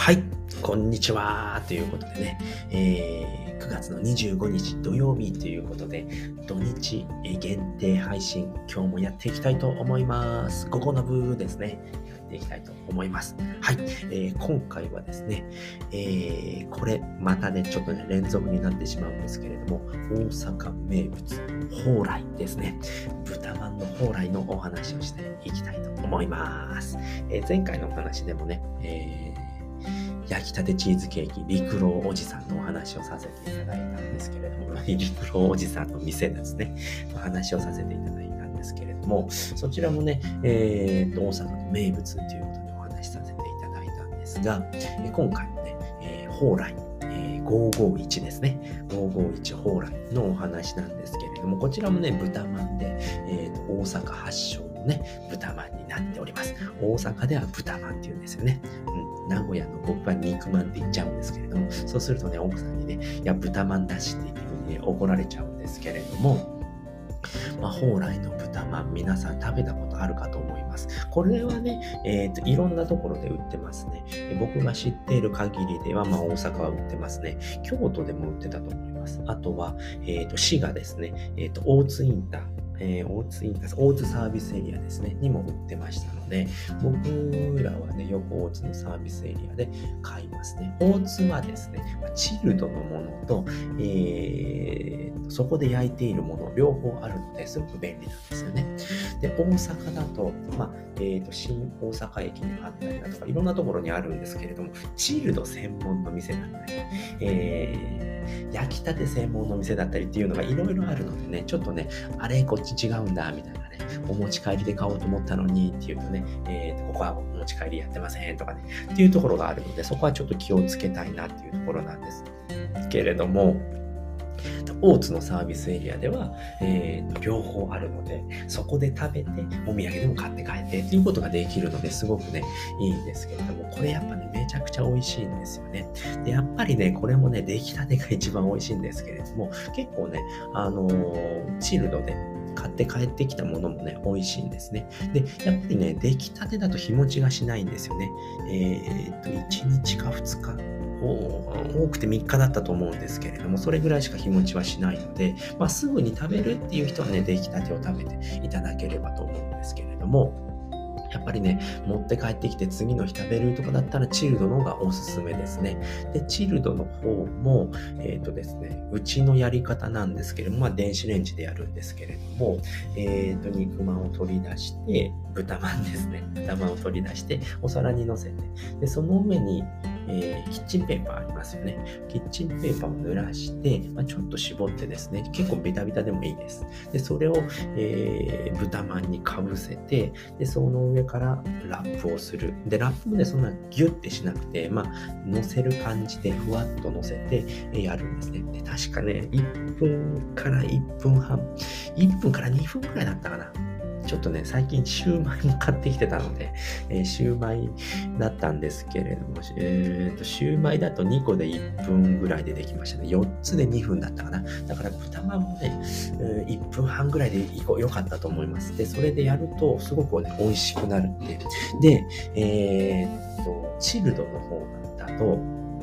はい、こんにちは。ということでね、9月の25日土曜日ということで、土日限定配信、今日もやっていきたいと思います。午後の部ですね、やっていきたいと思います。はい、今回はですね、これまたね、ちょっとね、連続になってしまうんですけれども、大阪名物、蓬莱ですね。豚まんの蓬莱のお話をしていきたいと思います。前回のお話でもね、焼きたてチーズケーキ、陸郎おじさんのお話をさせていただいたんですけれども、陸郎おじさんの店ですね、お話をさせていただいたんですけれども、そちらもね、大阪の名物ということでお話しさせていただいたんですが、今回もね、蓬莱、551ですね。551蓬莱のお話なんですけれども、こちらもね、豚まんで、大阪発祥のね、豚まんになっております。大阪では豚まんって言うんですよね。名古屋の僕は肉まんって言っちゃうんですけれども、そうするとね、奥さんにね、いや、豚まんだしっていうふうに、ね、怒られちゃうんですけれども、蓬莱の豚まん、皆さん食べたことあるかと思います。これはね、いろんなところで売ってますね。僕が知っている限りでは、大阪は売ってますね。京都でも売ってたと思います。あとは、滋賀ですね。大津インター。大津サービスエリアですね、にも売ってましたので、僕らはね、よく大津のサービスエリアで買いますね。大津はですね、チルドのものと、そこで焼いているもの、両方あるので、すごく便利なんですよね。で、大阪だと、新大阪駅にあったりだとか、いろんなところにあるんですけれども、チルド専門の店だったり、焼きたて専門の店だったりっていうのがいろいろあるのでね、ちょっとね、あれこっち違うんだみたいなね、お持ち帰りで買おうと思ったのにっていうとね、ここはお持ち帰りやってませんとかね、っていうところがあるので、そこはちょっと気をつけたいなっていうところなんですけれども、大津のサービスエリアでは、両方あるので、そこで食べて、お土産でも買って帰ってっていうことができるので、すごくね、いいんですけれども、これやっぱね、めちゃくちゃ美味しいんですよね。で、やっぱりね、これもね、出来たてが一番美味しいんですけれども、結構ね、チルドで、買って帰ってきたものもね、美味しいんですね。で、やっぱりね、出来たてだと日持ちがしないんですよね。1日か2日。多くて3日だったと思うんですけれども、それぐらいしか日持ちはしないので、すぐに食べるっていう人はね、出来たてを食べていただければと思うんですけれども、やっぱりね、持って帰ってきて次の日食べるとかだったらチルドの方がおすすめですね。で、チルドの方も、ですね、うちのやり方なんですけれども、電子レンジでやるんですけれども、肉まんを取り出して、豚まんですね。豚まんを取り出して、お皿に乗せて、で、その上に、キッチンペーパーありますよね。キッチンペーパーを濡らして、ちょっと絞ってですね、結構ベタベタでもいいです。で、それを、豚まんにかぶせて、で、その上からラップをする。で、ラップもね、そんなギュッてしなくて、乗せる感じでふわっと乗せて、やるんですね。で、確かね、1分から1分半、1分から2分くらいだったかな。ちょっとね、最近シューマイも買ってきてたので、シューマイだったんですけれども、シューマイだと2個で1分ぐらいでできましたね。4つで2分だったかな。だから豚まんもね、1分半ぐらいで良かったと思います。で、それでやるとすごくね、美味しくなるって。で、チルドの方だと、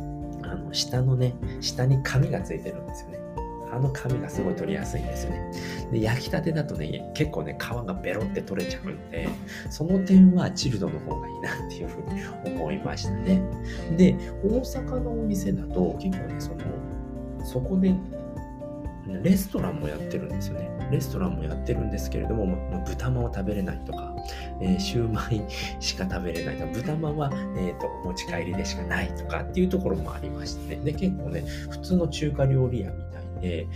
下に紙がついてるんですよね。紙がすごい取りやすいんですよね。で、焼きたてだとね、結構ね、皮がベロって取れちゃうんで、その点はチルドの方がいいなっていうふうに思いましたね。で、大阪のお店だと結構ね、そこでレストランもやってるんですよね。レストランもやってるんですけれども、豚まんは食べれないとか、シューマイしか食べれないとか、豚まんは、お持ち帰りでしかないとかっていうところもありましてね。で、結構ね、普通の中華料理屋みたいで、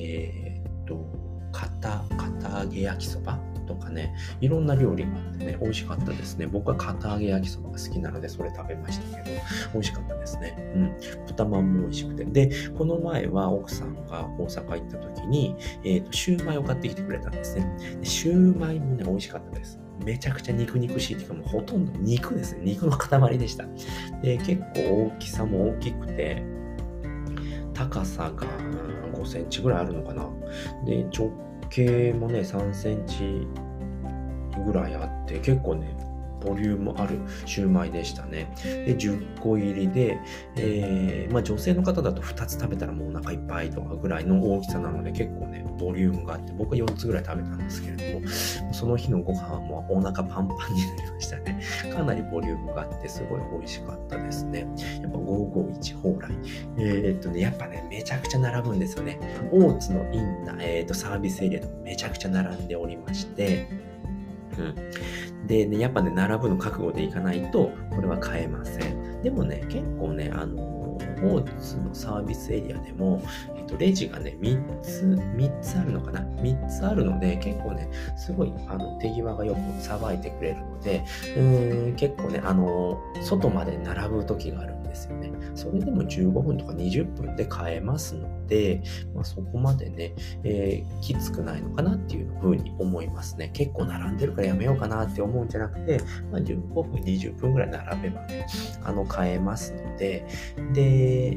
堅揚げ焼きそばとかね、いろんな料理があってね、美味しかったですね。僕は堅揚げ焼きそばが好きなので、それ食べましたけど、美味しかったですね。豚まんも美味しくて。で、この前は奥さんが大阪行った時に、シューマイを買ってきてくれたんですね。でシューマイもね、美味しかったです。めちゃくちゃ肉々しいっていうか、もうほとんど肉ですね。肉の塊でした。で、結構大きさも大きくて、高さが5センチぐらいあるのかな。で、直径もね、3センチぐらいあって、結構ね、 ボリュームあるシューマイでしたね。で、10個入りで、女性の方だと2つ食べたらもうお腹いっぱいとかぐらいの大きさなので、結構ね、ボリュームがあって、僕は4つぐらい食べたんですけれども、その日のご飯はもうお腹パンパンになりましたね。かなりボリュームがあって、すごい美味しかったですね。やっぱ551蓬莱。やっぱね、めちゃくちゃ並ぶんですよね。大津のインナー、サービスエリアでもめちゃくちゃ並んでおりまして、でね、やっぱね、並ぶの覚悟でいかないと、これは買えません。でもね、結構ね、大津のサービスエリアでも、レジがね、3つあるのかな ?3 つあるので、結構ね、すごい、手際がよくさばいてくれるので、結構ね、外まで並ぶ時があるんですよね。それでも15分とか20分で買えますので、そこまでね、きつくないのかなっていう風に思いますね。結構並んでるからやめようかなって思うんじゃなくて、15分、20分ぐらい並べばね、買えますので、で、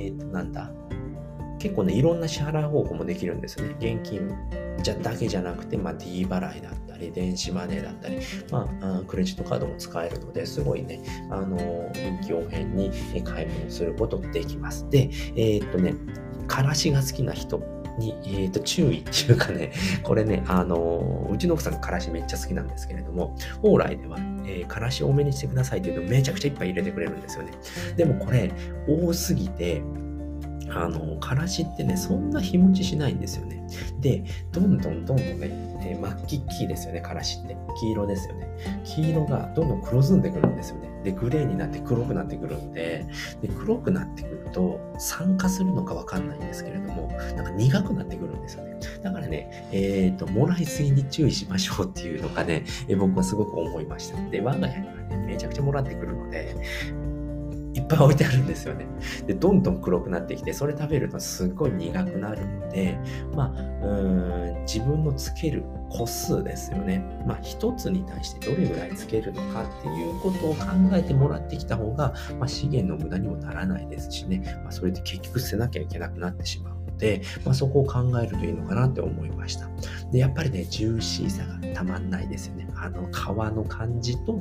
結構ね、いろんな支払い方法もできるんですよね。現金だけじゃなくて、D 払いだったり、電子マネーだったり、クレジットカードも使えるので、すごいね、臨機応変に買い物することができます。で、からしが好きな人に、注意っていうかね、これね、うちの奥さんがからしめっちゃ好きなんですけれども、蓬莱では、からし多めにしてくださいって言うとめちゃくちゃいっぱい入れてくれるんですよね。でもこれ、多すぎて、からしってね、そんな日持ちしないんですよね。で、どんどんね、真っ黄っですよね、からしって。黄色ですよね。黄色がどんどん黒ずんでくるんですよね。で、グレーになって黒くなってくるんで、黒くなってくると、酸化するのかわかんないんですけれども、なんか苦くなってくるんですよね。だからね、もらいすぎに注意しましょうっていうのがね、僕はすごく思いました。で、我が家にはね、めちゃくちゃもらってくるので、いっぱい置いてあるんですよね。で、どんどん黒くなってきて、それ食べるとすっごい苦くなるので、自分のつける個数ですよね。一つに対してどれぐらいつけるのかっていうことを考えてもらってきた方が、資源の無駄にもならないですしね。それで結局捨てなきゃいけなくなってしまうので、そこを考えるといいのかなって思いました。で、やっぱりね、ジューシーさがたまんないですよね。皮の感じと、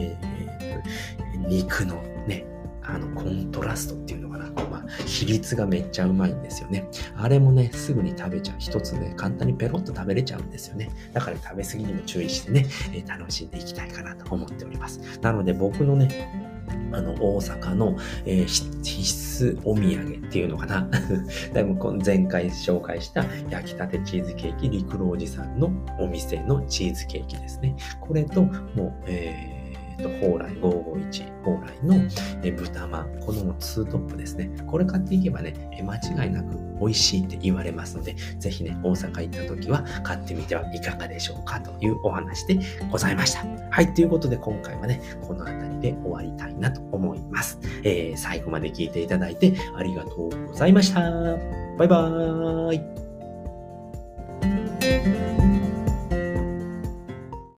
肉のね、コントラストっていうのかな。比率がめっちゃうまいんですよね。あれもね、すぐに食べちゃう。一つね、簡単にペロッと食べれちゃうんですよね。だから食べ過ぎにも注意してね、楽しんでいきたいかなと思っております。なので僕のね、大阪の、必須お土産っていうのかな。でも前回紹介した焼きたてチーズケーキ、陸老寺さんのお店のチーズケーキですね。これと、もう、蓬莱551蓬莱の豚まん、この2トップですね。これ買っていけばね、間違いなく美味しいって言われますので、ぜひね、大阪行った時は買ってみてはいかがでしょうかというお話でございました。はい、ということで今回はね、この辺りで終わりたいなと思います。最後まで聞いていただいてありがとうございました。バイバーイ。